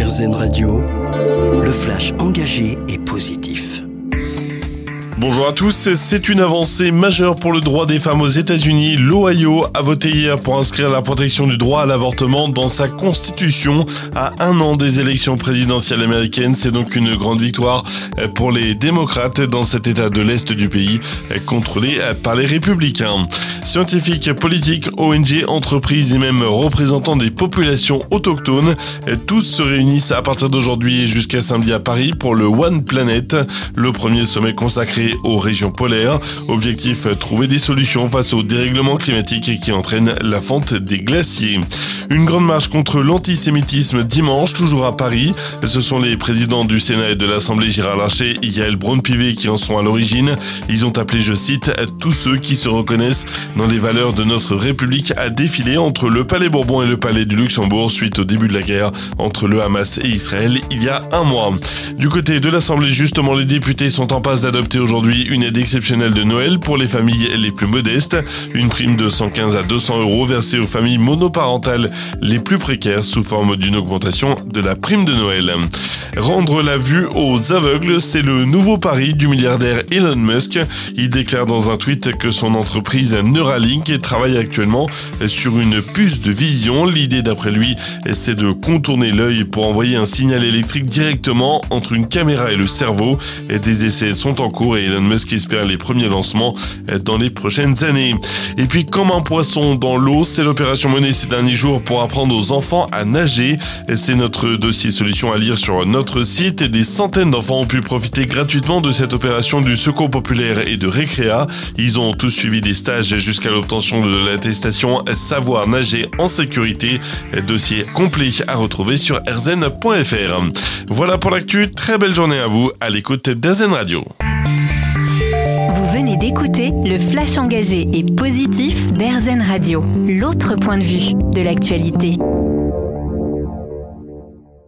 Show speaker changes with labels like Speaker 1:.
Speaker 1: RZN Radio, le flash engagé et positif.
Speaker 2: Bonjour à tous, c'est une avancée majeure pour le droit des femmes aux États-Unis. L'Ohio a voté hier pour inscrire la protection du droit à l'avortement dans sa constitution à un an des élections présidentielles américaines. C'est donc une grande victoire pour les démocrates dans cet état de l'Est du pays contrôlé par les républicains. Scientifiques, politiques, ONG, entreprises et même représentants des populations autochtones, tous se réunissent à partir d'aujourd'hui et jusqu'à samedi à Paris pour le One Planet, le premier sommet consacré aux régions polaires. Objectif, trouver des solutions face au dérèglement climatique qui entraîne la fonte des glaciers. Une grande marche contre l'antisémitisme dimanche, toujours à Paris. Ce sont les présidents du Sénat et de l'Assemblée, Gérard Larcher et Yael Braun-Pivet, qui en sont à l'origine. Ils ont appelé, je cite, tous ceux qui se reconnaissent dans les valeurs de notre République à défiler entre le Palais Bourbon et le Palais du Luxembourg suite au début de la guerre entre le Hamas et Israël il y a un mois. Du côté de l'Assemblée, justement, les députés sont en passe d'adopter aujourd'hui une aide exceptionnelle de Noël pour les familles les plus modestes. Une prime de 115 à 200 € versée aux familles monoparentales les plus précaires sous forme d'une augmentation de la prime de Noël. Rendre la vue aux aveugles, c'est le nouveau pari du milliardaire Elon Musk. Il déclare dans un tweet que son entreprise Neuralink travaille actuellement sur une puce de vision. L'idée, d'après lui, c'est de contourner l'œil pour envoyer un signal électrique directement entre une caméra et le cerveau. Des essais sont en cours et Elon Musk espère les premiers lancements dans les prochaines années. Et puis, comme un poisson dans l'eau, c'est l'opération menée ces derniers jours pour apprendre aux enfants à nager. C'est notre dossier solution à lire sur notre site. Des centaines d'enfants ont pu profiter gratuitement de cette opération du Secours populaire et de Récréa. Ils ont tous suivi des stages jusqu'à l'obtention de l'attestation Savoir nager en sécurité. Dossier complet à retrouver sur rzn.fr. Voilà pour l'actu. Très belle journée à vous à l'écoute d'RZN Radio.
Speaker 3: Vous venez d'écouter le flash engagé et positif d'RZN Radio, l'autre point de vue de l'actualité.